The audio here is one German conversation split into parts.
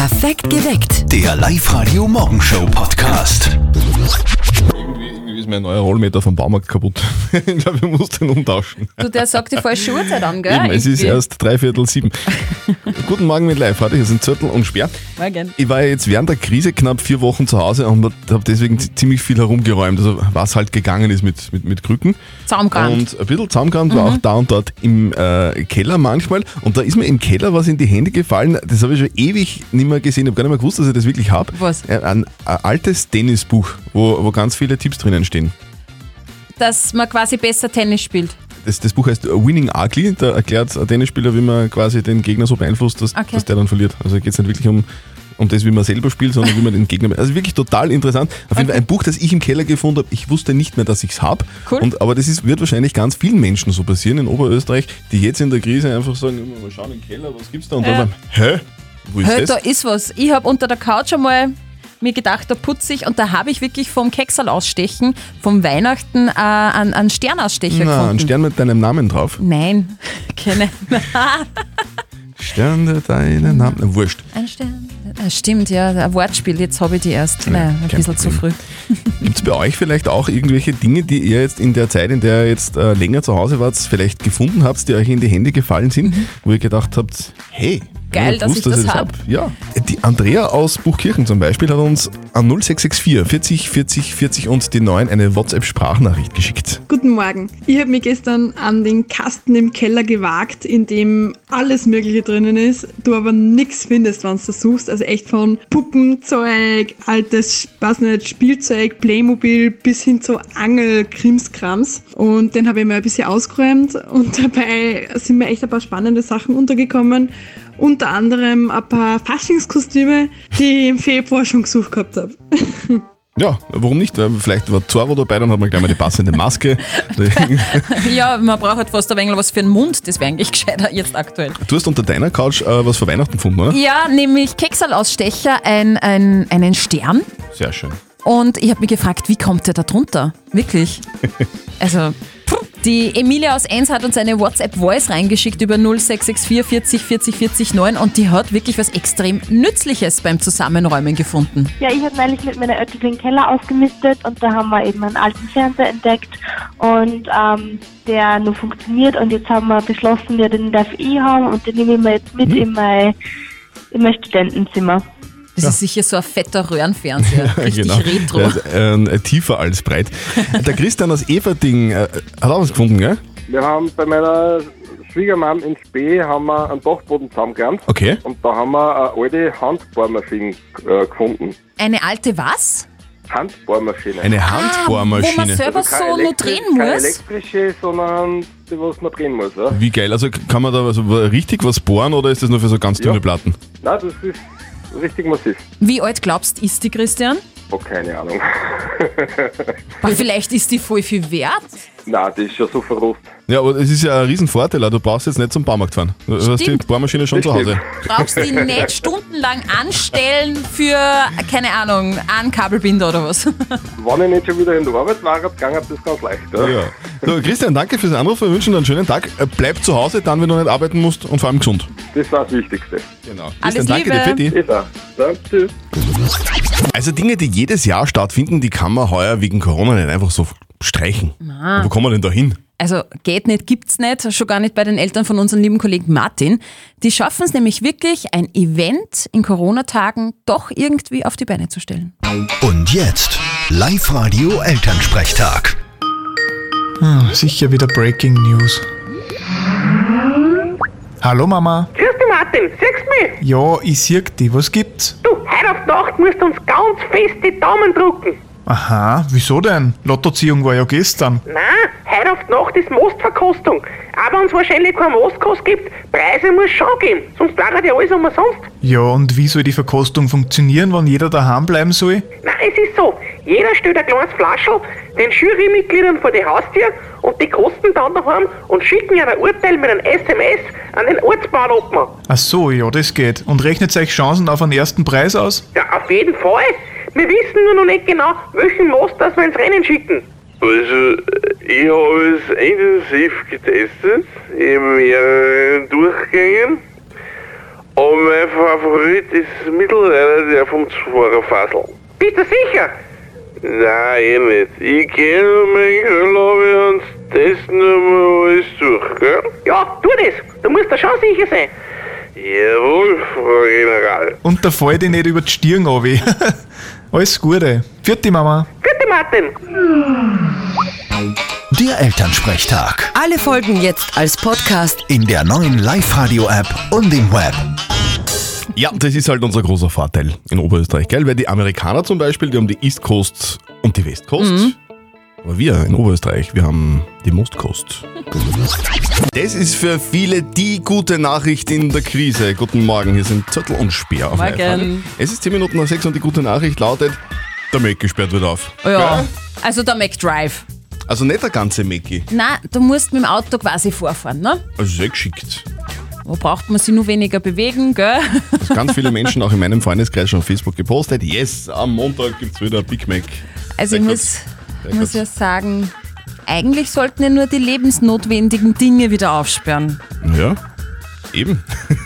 Perfekt geweckt. Der Live-Radio-Morgenshow-Podcast. Irgendwie ist mein neuer Rollmeter vom Baumarkt kaputt. Ich glaube, ich muss den umtauschen. Du, der sagt die falsche Uhrzeit an, gell? Eben, es ist erst 6:45. Guten Morgen mit Live-Radio, hier sind Zürtel und Sperr. Morgen. Ich war ja jetzt während der Krise knapp 4 Wochen zu Hause und habe deswegen ziemlich viel herumgeräumt. Also was halt gegangen ist mit Krücken. Zaumkramt. Und ein bisschen Zaumkramt war auch da und dort im Keller manchmal. Und da ist mir im Keller was in die Hände gefallen. Das habe ich schon ewig nicht mehr gesehen. Ich habe gar nicht mehr gewusst, dass ich das wirklich habe. Was? Ein altes Tennisbuch, wo ganz viele Tipps drinnen stehen. Dass man quasi besser Tennis spielt. Das Buch heißt Winning Ugly. Da erklärt ein Tennisspieler, wie man quasi den Gegner so beeinflusst, dass der dann verliert. Also geht es nicht wirklich um das, wie man selber spielt, sondern wie man den Gegner... Also wirklich total interessant. Auf jeden Fall ein Buch, das ich im Keller gefunden habe. Ich wusste nicht mehr, dass ich es habe. Cool. Aber das wird wahrscheinlich ganz vielen Menschen so passieren in Oberösterreich, die jetzt in der Krise einfach sagen, mal schauen im Keller, was gibt's da? Und dann, hä? Wo ist das? Da ist was. Ich habe unter der Couch einmal mir gedacht, da putze ich und da habe ich wirklich vom Keksal ausstechen, vom Weihnachten einen Sternausstecher gefunden. Ein Stern mit deinem Namen drauf. Nein, keine. Stern mit deinem Namen. Wurscht. Ein Stern. Stimmt, ja, ein Wortspiel, jetzt habe ich die erst. Nein, ein bisschen zu früh. Gibt es bei euch vielleicht auch irgendwelche Dinge, die ihr jetzt in der Zeit, in der ihr jetzt länger zu Hause wart, vielleicht gefunden habt, die euch in die Hände gefallen sind, wo ihr gedacht habt, hey, geil, dass ich das hab. Ja. Die Andrea aus Buchkirchen zum Beispiel hat uns an 0664 40 40 40 und die 9 eine WhatsApp-Sprachnachricht geschickt. Guten Morgen. Ich habe mich gestern an den Kasten im Keller gewagt, in dem alles Mögliche drinnen ist, du aber nichts findest, wenn du das suchst. Also echt von Puppenzeug, altes, weiß nicht, Spielzeug, Playmobil bis hin zu Angel-Krimskrams. Und den habe ich mal ein bisschen ausgeräumt und dabei sind mir echt ein paar spannende Sachen untergekommen. Unter anderem ein paar Faschingskostüme, die ich im Februar schon gesucht gehabt habe. Ja, warum nicht? Vielleicht war Zorro dabei, dann hat man gleich mal die passende Maske. Ja, man braucht halt fast ein wenig was für den Mund, das wäre eigentlich gescheiter jetzt aktuell. Du hast unter deiner Couch was für Weihnachten gefunden, oder? Ja, nämlich Keksal-Ausstecher, einen Stern. Sehr schön. Und ich habe mich gefragt, wie kommt der da drunter? Wirklich. Also, die Emilia aus Enns hat uns eine WhatsApp-Voice reingeschickt über 0664 40 40 40 9 und die hat wirklich was extrem Nützliches beim Zusammenräumen gefunden. Ja, ich habe neulich mit meiner Eltern den Keller ausgemistet und da haben wir eben einen alten Fernseher entdeckt und der nur funktioniert und jetzt haben wir beschlossen, ja, den darf ich haben und den nehme ich mir jetzt mit in mein Studentenzimmer. Das ist sicher so ein fetter Röhrenfernseher, richtig retro. Tiefer als breit. Der Christian aus Everding hat auch was gefunden, gell? Wir haben bei meiner Schwiegermam in Spee haben wir einen Dachboden zusammengeräumt. Okay. Und da haben wir eine alte Handbohrmaschine gefunden. Eine alte was? Handbohrmaschine. Eine Handbohrmaschine. Wo man selber so nur drehen muss? Keine elektrische, sondern die, was man drehen muss. Ja? Wie geil, also kann man da also richtig was bohren oder ist das nur für so ganz dünne Platten? Nein, das ist richtig massiv. Wie alt glaubst ist die, Christian? Oh, keine Ahnung. Aber vielleicht ist die voll viel wert. Nein, die ist schon so verrostet. Ja, aber es ist ja ein Riesenvorteil, du brauchst jetzt nicht zum Baumarkt fahren. Du hast die Bohrmaschine schon zu Hause. Brauchst die nicht stundenlang anstellen für, keine Ahnung, einen Kabelbinder oder was? Wenn ich nicht schon wieder in der Arbeit war, ging das ganz leicht. Ja. Ja. So, Christian, danke fürs Anruf, wir wünschen dir einen schönen Tag. Bleib zu Hause, dann, wenn du nicht arbeiten musst und vor allem gesund. Das war das Wichtigste. Genau. Alles Christian, danke dir, Liebe. Fetti. Ich auch. Ja, tschüss. Also Dinge, die jedes Jahr stattfinden, die kann man heuer wegen Corona nicht einfach so streichen. Wo kommen wir denn da hin? Also geht nicht, gibt's nicht, schon gar nicht bei den Eltern von unserem lieben Kollegen Martin. Die schaffen es nämlich wirklich, ein Event in Corona-Tagen doch irgendwie auf die Beine zu stellen. Und jetzt Live-Radio Elternsprechtag. Sicher wieder Breaking News. Hallo Mama. Grüß dich, Martin. Siehst du mich? Ja, ich sehe dich. Was gibt's? Du, heute auf die Nacht musst du uns ganz fest die Daumen drücken. Aha, wieso denn? Lottoziehung war ja gestern. Nein, heute auf die Nacht ist Mostverkostung. Auch wenn es wahrscheinlich kein Mostkost gibt, Preise muss es schon geben. Sonst wäre ja alles umsonst. Ja, und wie soll die Verkostung funktionieren, wenn jeder daheim bleiben soll? Nein, es ist so. Jeder stellt ein kleines Flaschel den Jurymitgliedern vor die Haustür und die kosten dann daheim und schicken ihnen ein Urteil mit einem SMS an den Ortsbauobmann. Ach so, ja, das geht. Und rechnet euch Chancen auf einen ersten Preis aus? Ja, auf jeden Fall. Wir wissen nur noch nicht genau, welchen Most das wir ins Rennen schicken. Also, ich habe es intensiv getestet, in mehreren Durchgängen. Aber mein Favorit ist mittlerweile der vom Zufahrer-Fasel. Bist du sicher? Nein, nicht. Ich gehe nur meinen Keller und teste nur mal alles durch, gell? Ja, tu das. Du musst da schon sicher sein. Jawohl, Frau General. Und da fällt ich nicht über die Stirn runter. Alles Gute. Vierte Mama. Bitte, Martin. Der Elternsprechtag. Alle Folgen jetzt als Podcast In der neuen Live-Radio-App und im Web. Ja, das ist halt unser großer Vorteil in Oberösterreich, gell? Weil die Amerikaner zum Beispiel, die haben die East Coast und die West Coast. Aber wir in Oberösterreich, wir haben die Most Coast. Das ist für viele die gute Nachricht in der Krise. Guten Morgen, hier sind Zettel und Speer auf Morgen. Es ist 10 Minuten nach 6 und die gute Nachricht lautet, der Mac sperrt wieder auf. Ja, Gell? also der McDrive. Also nicht der ganze Mackie. Nein, du musst mit dem Auto quasi vorfahren, ne? Also sehr geschickt. Wo braucht man sich nur weniger bewegen, gell? Das ganz viele Menschen auch in meinem Freundeskreis schon auf Facebook gepostet. Yes, am Montag gibt es wieder Big Mac. Also ich muss ja sagen, eigentlich sollten ja nur die lebensnotwendigen Dinge wieder aufsperren. Ja, eben.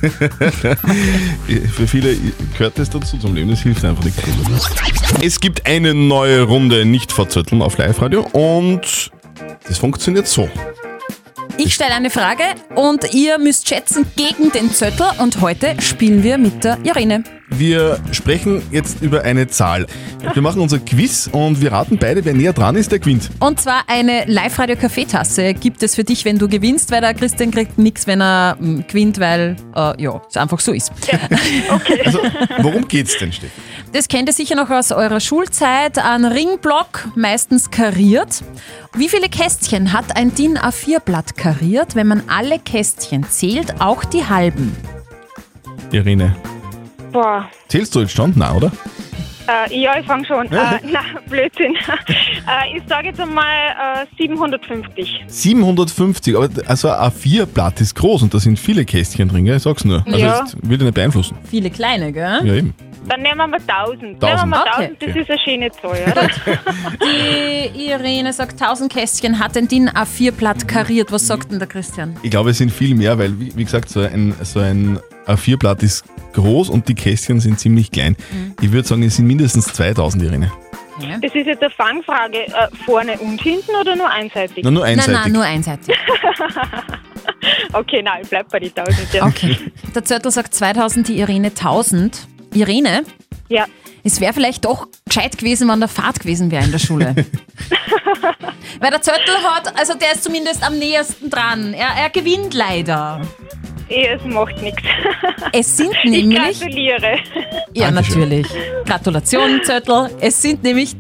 Für viele gehört das dazu zum Leben, das hilft einfach nichts. Es gibt eine neue Runde nicht verzötteln auf Live-Radio und das funktioniert so. Ich stelle eine Frage und ihr müsst schätzen gegen den Zettel und heute spielen wir mit der Irene. Wir sprechen jetzt über eine Zahl. Wir machen unser Quiz und wir raten beide, wer näher dran ist, der gewinnt. Und zwar eine Live-Radio-Kaffeetasse gibt es für dich, wenn du gewinnst, weil der Christian kriegt nichts, wenn er gewinnt, weil es einfach so ist. Okay. Also, worum geht's denn, Steffi? Das kennt ihr sicher noch aus eurer Schulzeit. Ein Ringblock, meistens kariert. Wie viele Kästchen hat ein DIN A4-Blatt kariert, wenn man alle Kästchen zählt, auch die halben? Irene, Boah. zählst du jetzt schon? Nein, oder? Ja, ich fange schon. Nein, Blödsinn. Ich sage jetzt einmal 750. 750, aber also ein A4-Blatt ist groß und da sind viele Kästchen drin, gell? Ich sag's nur. Also Ja. jetzt will ich nicht beeinflussen. Viele kleine, gell? Ja, eben. Dann nehmen wir mal 1000. 1000. Nehmen wir mal Okay. 1000, das ist eine schöne Zahl, oder? Die Irene sagt, 1000 Kästchen hat ein DIN A4-Blatt kariert. Was sagt denn der Christian? Ich glaube, es sind viel mehr, weil, wie gesagt, so ein A4-Blatt ist groß und die Kästchen sind ziemlich klein. Ich würde sagen, es sind mindestens 2000, Irene. Ja. Das ist jetzt eine Fangfrage. Vorne und hinten oder nur einseitig? Nur einseitig. Nein, nur einseitig. Okay, nein, ich bleib bei den 1000. Ja. Okay. Der Zettel sagt 2000, die Irene 1000. Irene, Ja. es wäre vielleicht doch gescheit gewesen, wenn der Fahrt gewesen wäre in der Schule. Weil der Zettel hat, der ist zumindest am nähersten dran. Er gewinnt leider. Es macht nichts. Es sind Ich nämlich... gratuliere. Ja, Dankeschön. natürlich. Gratulation, Zettel. Es sind nämlich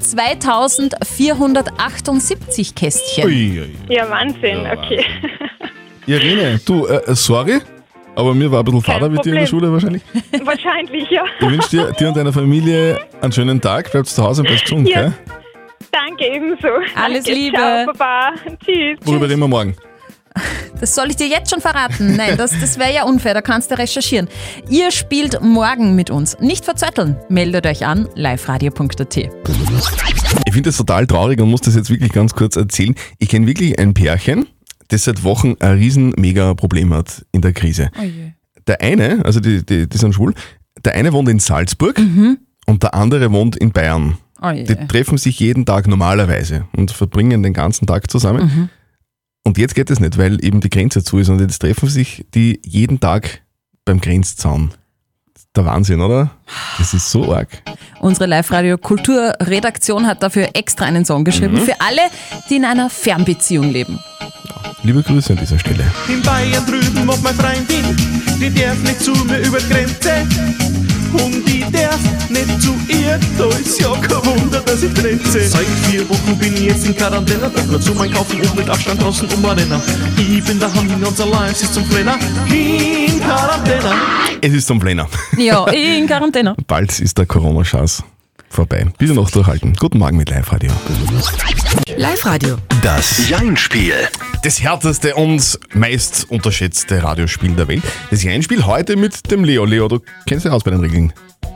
2478 Kästchen. Ui, ui. Ja, Wahnsinn, Ja, okay. Irene, du, sorry, aber mir war ein bisschen Kein Vater mit dir in der Problem. Schule wahrscheinlich. Wahrscheinlich, ja. Ich wünsche dir und deiner Familie einen schönen Tag. Bleibt zu Hause und bleibt gesund, Ja. gell? Danke, ebenso. Alles Danke. Liebe. Ciao, Baba. Tschüss. Worüber reden wir morgen? Das soll ich dir jetzt schon verraten? Nein, das wäre ja unfair, da kannst du recherchieren. Ihr spielt morgen mit uns. Nicht verzötteln. Meldet euch an, liveradio.at. Ich finde das total traurig und muss das jetzt wirklich ganz kurz erzählen. Ich kenne wirklich ein Pärchen, das seit Wochen ein riesen mega Problem hat in der Krise. Oh je. Der eine, also die sind schwul, der eine wohnt in Salzburg und der andere wohnt in Bayern. Oh je. Die treffen sich jeden Tag normalerweise und verbringen den ganzen Tag zusammen. Und jetzt geht es nicht, weil eben die Grenze zu ist und jetzt treffen sich die jeden Tag beim Grenzzaun. Der Wahnsinn, oder? Das ist so arg. Unsere Live-Radio-Kulturredaktion hat dafür extra einen Song geschrieben für alle, die in einer Fernbeziehung leben. Liebe Grüße an dieser Stelle. In Bayern drüben wohnt meine Freundin, die darf nicht zu mir über die Grenze. Und ich darf nicht zu ihr, da ist ja kein Wunder, dass ich grenze. Seit 4 Wochen bin ich jetzt in Quarantäne, darf nur zum Einkaufen und mit Abstand draußen umrennen. Ich bin daheim ganz allein, es ist zum Flenner, in Quarantäne. Es ist zum Pläner. Ja, in Quarantäne. Bald ist der Corona-Scheiß vorbei. Bitte noch durchhalten. Guten Morgen mit Live-Radio. Live-Radio. Das Jein-Spiel. Das härteste und meist unterschätzte Radiospiel der Welt. Das Jein-Spiel heute mit dem Leo. Leo, du kennst dich aus bei den Regeln.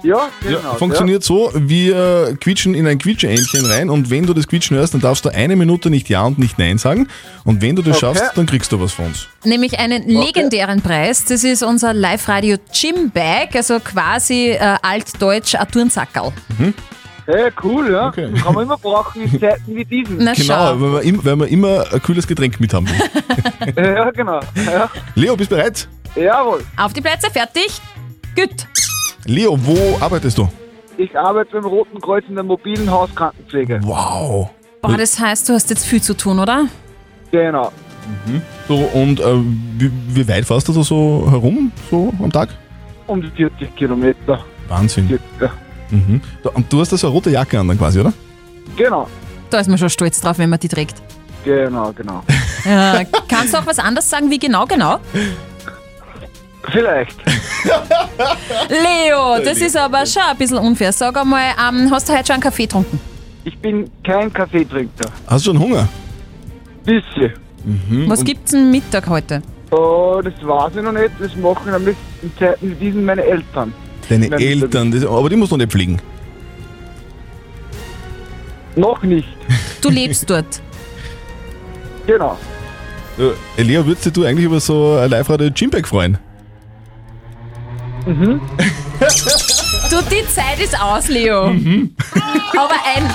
Ja, genau. Ja, funktioniert so, wir quietschen in ein Quietscheentchen rein und wenn du das Quietschen hörst, dann darfst du 1 Minute nicht Ja und nicht Nein sagen und wenn du das schaffst, dann kriegst du was von uns. Nämlich einen legendären Preis, das ist unser Live-Radio Gym Bag, also quasi altdeutsch ein Turnsackerl. Hey, cool, ja. Okay. Kann man immer brauchen in Zeiten wie diesen. Na Genau, schau. weil wir immer ein kühles Getränk mit haben. Ja, genau. Ja. Leo, bist du bereit? Jawohl. Auf die Plätze, fertig, gut. Leo, wo arbeitest du? Ich arbeite beim Roten Kreuz in der mobilen Hauskrankenpflege. Wow. Boah, das heißt, du hast jetzt viel zu tun, oder? Genau. So, und wie weit fährst du da so herum, so am Tag? Um die 40 Kilometer. Wahnsinn. Circa. Und du hast da so eine rote Jacke an dann quasi, oder? Genau. Da ist man schon stolz drauf, wenn man die trägt. Genau. Kannst du auch was anderes sagen, wie genau? Vielleicht. Leo, das ist aber schon ein bisschen unfair. Sag einmal, hast du heute schon einen Kaffee getrunken? Ich bin kein Kaffeetrinker. Hast du schon Hunger? Bisschen. Was gibt's denn Mittag heute? Oh, das weiß ich noch nicht. Das machen damit in Zeiten wie diesen meine Eltern. Deine Nein, Eltern, aber die musst du nicht pflegen. Noch nicht. Du lebst dort. Genau. Leo, würdest du eigentlich über so ein Live-Radio Gymbag freuen? Du, die Zeit ist aus, Leo. Aber ein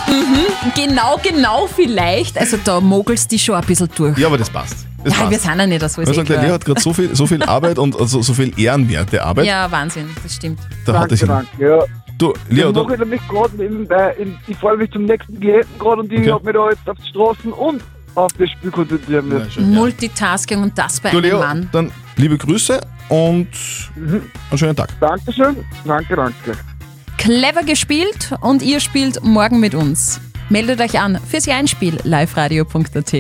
genau vielleicht, also da mogelst du dich schon ein bisschen durch. Ja, aber das passt. Das Ja, passt. wir sind ja nicht so. Man sagt, der Leo hat gerade so viel Arbeit und also so viel ehrenwerte Arbeit. Ja, Wahnsinn, das stimmt. Da hat es hin. Danke. Ja. Du, Leo, Ich mache nämlich gerade nebenbei, ich fahre mich zum nächsten Klienten gerade und ich Okay. habe mich da jetzt auf die Straßen und auf das Spiel konzentrieren müssen. Multitasking und das bei Du, einem Leo, Mann. dann liebe Grüße und einen schönen Tag. Dankeschön. Danke. Clever gespielt und ihr spielt morgen mit uns. Meldet euch an fürs Jeinspiel liveradio.at.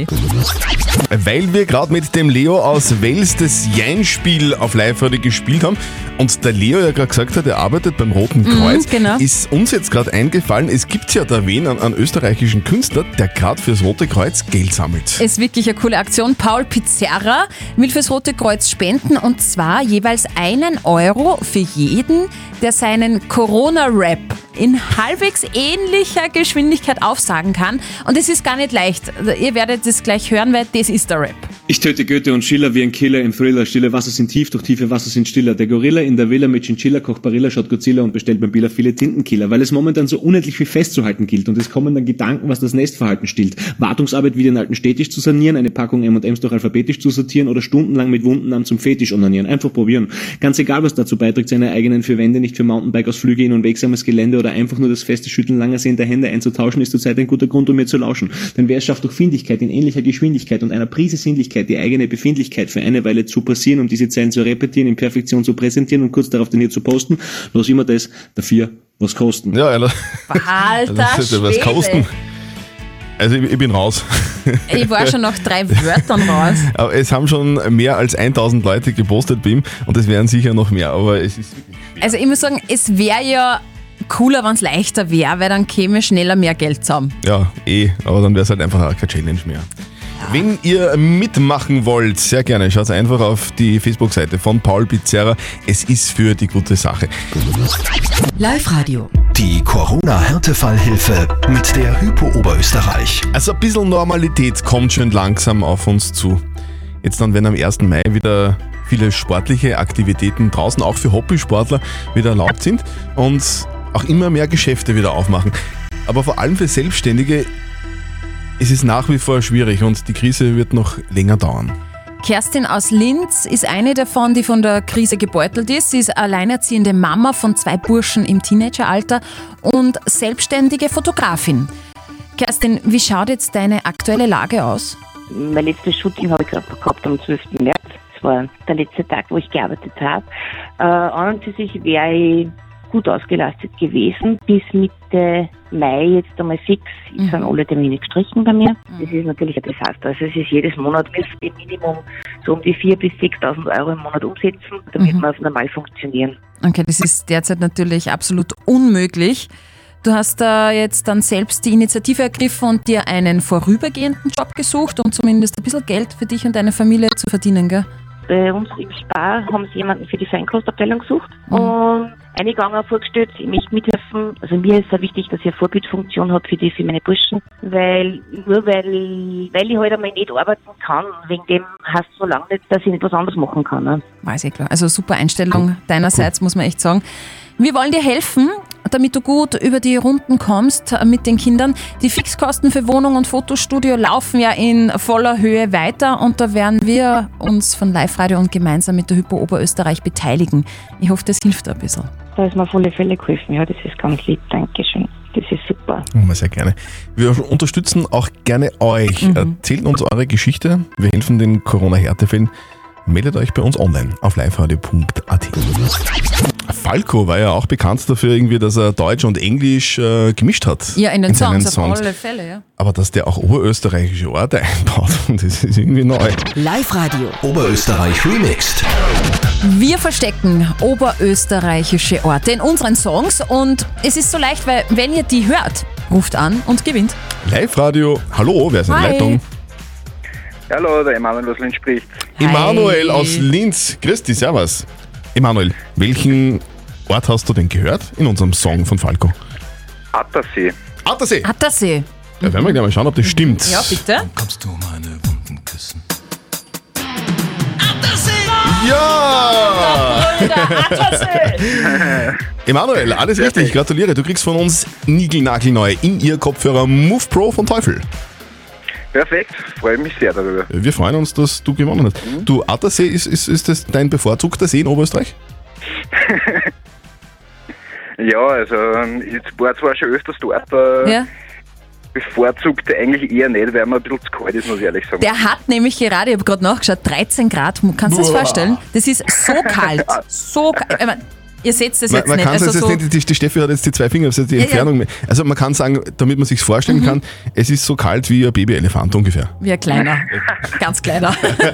Weil wir gerade mit dem Leo aus Wels das Jeinspiel auf Live-Radio gespielt haben und der Leo ja gerade gesagt hat, er arbeitet beim Roten Kreuz, genau. ist uns jetzt gerade eingefallen, es gibt ja da wen, einen österreichischen Künstler, der gerade fürs Rote Kreuz Geld sammelt. Ist wirklich eine coole Aktion. Paul Pizzerra will fürs Rote Kreuz spenden und zwar jeweils 1 Euro für jeden, der seinen Corona-Rap in halbwegs ähnlicher Geschwindigkeit aufsagen kann. Und es ist gar nicht leicht. Ihr werdet es gleich hören, weil das ist der Rap. Ich töte Goethe und Schiller wie ein Killer im Thriller. Stille Wasser sind tief, doch tiefe Wasser sind stiller. Der Gorilla in der Villa mit Chinchilla kocht Barilla, schaut Godzilla und bestellt beim Billa viele Tintenkiller. Weil es momentan so unendlich viel festzuhalten gilt und es kommen dann Gedanken, was das Nestverhalten stillt. Wartungsarbeit wie den alten Städtisch zu sanieren, eine Packung M&M's durch alphabetisch zu sortieren oder stundenlang mit Wundennamen zum Fetisch onanieren. Einfach probieren. Ganz egal, was dazu beiträgt, seine eigenen 4 Wände nicht für Mountainbike-Ausflüge in unwegsames Gelände oder einfach nur das feste Schütteln langer sehender Hände einzutauschen, ist zurzeit ein guter Grund, um mir zu lauschen. Denn wer es schafft, durch Findigkeit in ähnlicher Geschwindigkeit und einer Prise Sinnlichkeit die eigene Befindlichkeit für eine Weile zu passieren, um diese Zeilen zu repetieren, in Perfektion zu präsentieren und kurz darauf dann hier zu posten, los immer das, dafür was kosten. Ja, Alter. Alter Was Schwede. kosten? Also ich bin raus. Ich war schon nach 3 Wörtern raus. Aber es haben schon mehr als 1000 Leute gepostet bei ihm und es wären sicher noch mehr, aber es ist wirklich schwierig. Also ich muss sagen, es wäre ja cooler, wenn es leichter wäre, weil dann käme schneller mehr Geld zusammen. Ja, aber dann wäre es halt einfach auch keine Challenge mehr. Wenn ihr mitmachen wollt, sehr gerne, schaut einfach auf die Facebook-Seite von Paul Pizzerra. Es ist für die gute Sache. Live-Radio. Die Corona-Härtefallhilfe mit der Hypo Oberösterreich. Also ein bisschen Normalität kommt schon langsam auf uns zu. Jetzt dann, wenn am 1. Mai wieder viele sportliche Aktivitäten draußen, auch für Hobbysportler, wieder erlaubt sind und auch immer mehr Geschäfte wieder aufmachen. Aber vor allem für Selbstständige ist es nach wie vor schwierig und die Krise wird noch länger dauern. Kerstin aus Linz ist eine davon, die von der Krise gebeutelt ist. Sie ist alleinerziehende Mama von 2 Burschen im Teenageralter und selbstständige Fotografin. Kerstin, wie schaut jetzt deine aktuelle Lage aus? Mein letztes Shooting habe ich gehabt am 12. März. Das war der letzte Tag, wo ich gearbeitet habe. An und für sich wäre ich gut ausgelastet gewesen. Bis Mitte Mai jetzt einmal fix sind alle Termine gestrichen bei mir. Das ist natürlich ein Desaster. Also es ist jedes Monat im Minimum so um die 4.000 bis 6.000 Euro im Monat umsetzen, damit wir auf normal funktionieren. Okay, das ist derzeit natürlich absolut unmöglich. Du hast da jetzt dann selbst die Initiative ergriffen und dir einen vorübergehenden Job gesucht, um zumindest ein bisschen Geld für dich und deine Familie zu verdienen, gell? bei uns im Spar haben sie jemanden für die Feinkostabteilung gesucht und einige Gänger vorgestellt, ich möchte mithelfen. Also mir ist sehr wichtig, dass ich eine Vorbildfunktion habe für meine Burschen, weil ich halt einmal nicht arbeiten kann, wegen dem heißt es so lange nicht, dass ich nicht was anderes machen kann. Ne? Weiß ich klar. Also super Einstellung deinerseits, muss man echt sagen. Wir wollen dir helfen, damit du gut über die Runden kommst mit den Kindern. Die Fixkosten für Wohnung und Fotostudio laufen ja in voller Höhe weiter und da werden wir uns von Live-Radio und gemeinsam mit der Hypo Oberösterreich beteiligen. Ich hoffe, das hilft ein bisschen. Da ist mir auf alle Fälle geholfen. Ja, das ist ganz lieb. Dankeschön. Das ist super. Sehr gerne. Wir unterstützen auch gerne euch. Erzählt uns eure Geschichte. Wir helfen den Corona-Härtefällen. Meldet euch bei uns online auf liveradio.at. Falco war ja auch bekannt dafür, irgendwie, dass er Deutsch und Englisch gemischt hat. Ja, in den seinen Songs, auf alle Fälle, ja. Aber dass der auch oberösterreichische Orte einbaut, das ist irgendwie neu. Live-Radio. Oberösterreich remixed. Wir verstecken oberösterreichische Orte in unseren Songs und es ist so leicht, weil wenn ihr die hört, ruft an und gewinnt. Live-Radio, hallo, wer ist in der Leitung? Hallo, der Emanuel aus Linz spricht. Emanuel aus Linz, grüß dich, servus. Emanuel, welchen Ort hast du denn gehört in unserem Song von Falco? Attersee. Attersee? Attersee. Ja, werden wir gleich mal schauen, ob das stimmt. Ja, bitte. Kannst du meine Wunden küssen? Ja! Emanuel, alles richtig, gratuliere. Du kriegst von uns niegelnagelneue In-Ear-Kopfhörer Move Pro von Teufel. Perfekt, freue mich sehr darüber. Wir freuen uns, dass du gewonnen hast. Du, Attersee, ist das dein bevorzugter See in Oberösterreich? Ja, also ich war zwar schon öfters dort, bevorzugt eigentlich eher nicht, weil mir ein bisschen zu kalt ist, muss ich ehrlich sagen. Der hat nämlich gerade, ich habe gerade nachgeschaut, 13 Grad. Kannst du dir das vorstellen? Das ist so kalt. So kalt. Ich meine, ihr seht das jetzt man nicht. Kann also jetzt so nicht. Die Steffi hat jetzt die 2 Finger, also die Entfernung. Also man kann sagen, damit man sich vorstellen kann, es ist so kalt wie ein Babyelefant ungefähr. Wie ein kleiner. Ganz kleiner.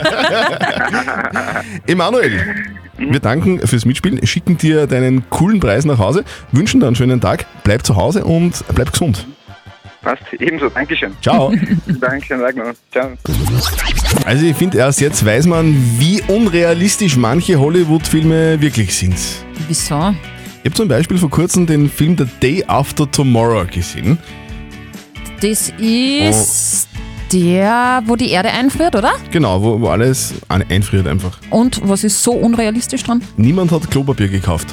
Emanuel, wir danken fürs Mitspielen, schicken dir deinen coolen Preis nach Hause, wünschen dir einen schönen Tag, bleib zu Hause und bleib gesund. Passt, ebenso, Dankeschön. Ciao. Danke, schönen Tag noch. Ciao. Also ich finde, erst jetzt weiß man, wie unrealistisch manche Hollywood-Filme wirklich sind. Wieso? Ich habe zum Beispiel vor kurzem den Film The Day After Tomorrow gesehen. Das ist der, wo die Erde einfriert, oder? Genau, wo alles einfriert einfach. Und was ist so unrealistisch dran? Niemand hat Klopapier gekauft.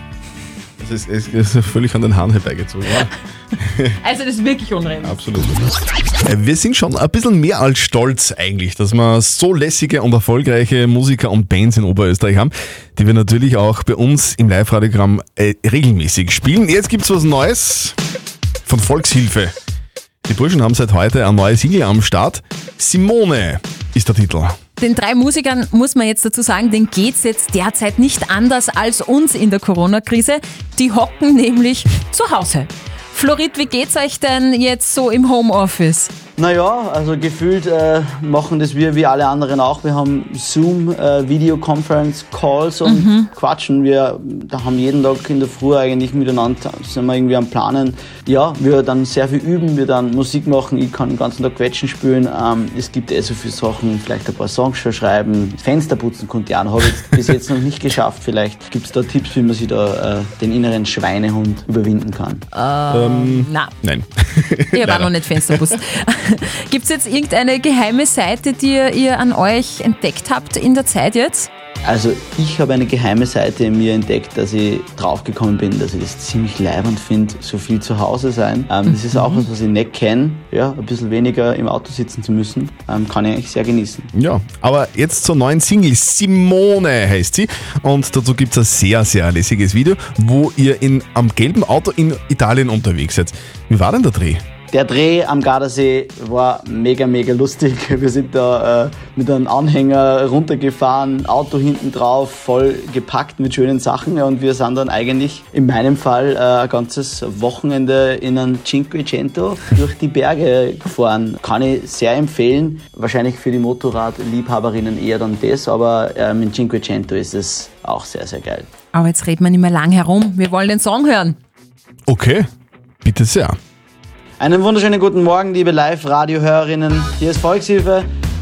Es ist völlig an den Haaren herbeigezogen. Ja. Also das ist wirklich unrealistisch. Absolut. Wir sind schon ein bisschen mehr als stolz eigentlich, dass wir so lässige und erfolgreiche Musiker und Bands in Oberösterreich haben, die wir natürlich auch bei uns im Live-Radiogramm regelmäßig spielen. Jetzt gibt's was Neues von Volkshilfe. Die Burschen haben seit heute eine neue Single am Start. Simone ist der Titel. Den 3 Musikern muss man jetzt dazu sagen, denen geht's jetzt derzeit nicht anders als uns in der Corona-Krise. Die hocken nämlich zu Hause. Florit, wie geht's euch denn jetzt so im Homeoffice? Naja, also gefühlt machen das wir wie alle anderen auch. Wir haben Zoom, Videoconference, Calls und quatschen. Wir haben jeden Tag in der Früh eigentlich miteinander, sind wir irgendwie am Planen. Ja, wir dann sehr viel üben, wir dann Musik machen. Ich kann den ganzen Tag Quetschen spielen. Es gibt so viele Sachen, vielleicht ein paar Songs schon schreiben. Fenster putzen konnte ich auch noch, habe ich bis jetzt noch nicht geschafft. Vielleicht gibt es da Tipps, wie man sich da den inneren Schweinehund überwinden kann. Nein. Ich habe auch noch nicht Fenster putzt. Gibt es jetzt irgendeine geheime Seite, die ihr an euch entdeckt habt in der Zeit jetzt? Also ich habe eine geheime Seite in mir entdeckt, dass ich draufgekommen bin, dass ich das ziemlich leibend finde, so viel zu Hause sein. Das ist auch was ich nicht kenne, ja, ein bisschen weniger im Auto sitzen zu müssen, kann ich eigentlich sehr genießen. Ja, aber jetzt zur neuen Single, Simone heißt sie, und dazu gibt es ein sehr, sehr lässiges Video, wo ihr am gelben Auto in Italien unterwegs seid. Wie war denn der Dreh? Der Dreh am Gardasee war mega, mega lustig. Wir sind da mit einem Anhänger runtergefahren, Auto hinten drauf, voll gepackt mit schönen Sachen. Und wir sind dann eigentlich, in meinem Fall, ein ganzes Wochenende in einem Cinquecento durch die Berge gefahren. Kann ich sehr empfehlen. Wahrscheinlich für die Motorradliebhaberinnen eher dann das, aber mit Cinquecento ist es auch sehr, sehr geil. Aber jetzt reden wir nicht mehr lang herum. Wir wollen den Song hören. Okay, bitte sehr. Einen wunderschönen guten Morgen, liebe Live-Radio-Hörerinnen. Hier ist Volkshilfe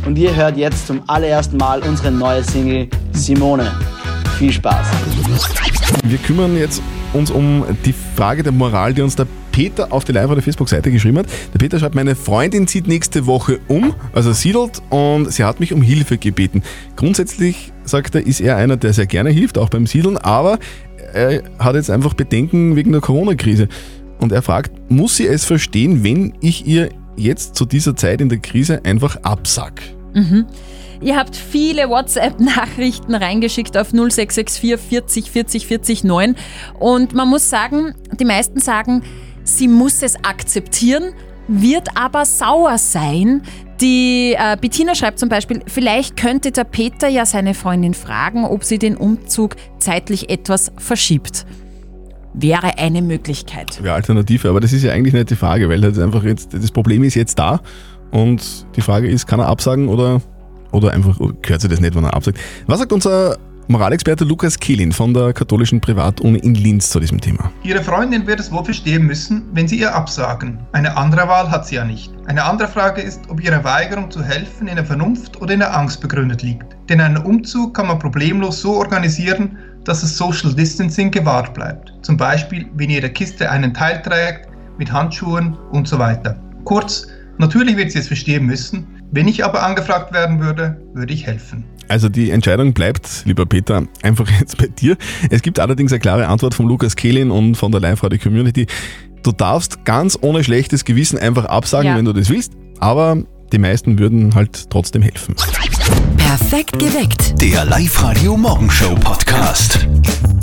und ihr hört jetzt zum allerersten Mal unsere neue Single Simone. Viel Spaß. Wir kümmern jetzt uns um die Frage der Moral, die uns der Peter auf die Live-Radio-Facebook-Seite geschrieben hat. Der Peter schreibt, meine Freundin zieht nächste Woche um, also siedelt, und sie hat mich um Hilfe gebeten. Grundsätzlich, sagt er, ist er einer, der sehr gerne hilft, auch beim Siedeln, aber er hat jetzt einfach Bedenken wegen der Corona-Krise. Und er fragt, muss sie es verstehen, wenn ich ihr jetzt zu dieser Zeit in der Krise einfach absag? Mhm. Ihr habt viele WhatsApp-Nachrichten reingeschickt auf 0664 40 40 40 9 und man muss sagen, die meisten sagen, sie muss es akzeptieren, wird aber sauer sein. Die Bettina schreibt zum Beispiel, vielleicht könnte der Peter ja seine Freundin fragen, ob sie den Umzug zeitlich etwas verschiebt. Wäre eine Möglichkeit. Ja, Alternative, aber das ist ja eigentlich nicht die Frage, weil das einfach jetzt, das Problem ist jetzt da und die Frage ist, kann er absagen oder einfach gehört sie das nicht, wenn er absagt. Was sagt unser Moralexperte Lukas Kehlin von der katholischen Privatuni in Linz zu diesem Thema? Ihre Freundin wird es wohl verstehen müssen, wenn Sie ihr absagen. Eine andere Wahl hat sie ja nicht. Eine andere Frage ist, ob Ihre Weigerung zu helfen in der Vernunft oder in der Angst begründet liegt. Denn einen Umzug kann man problemlos so organisieren, dass das Social Distancing gewahrt bleibt. Zum Beispiel, wenn jede Kiste einen Teil trägt, mit Handschuhen und so weiter. Kurz, natürlich wird sie es verstehen müssen. Wenn ich aber angefragt werden würde, würde ich helfen. Also die Entscheidung bleibt, lieber Peter, einfach jetzt bei dir. Es gibt allerdings eine klare Antwort von Lukas Kehlin und von der Live-Radio-Community. Du darfst ganz ohne schlechtes Gewissen einfach absagen, wenn du das willst, aber die meisten würden halt trotzdem helfen. Perfekt geweckt. Der Live-Radio Morgenshow Podcast.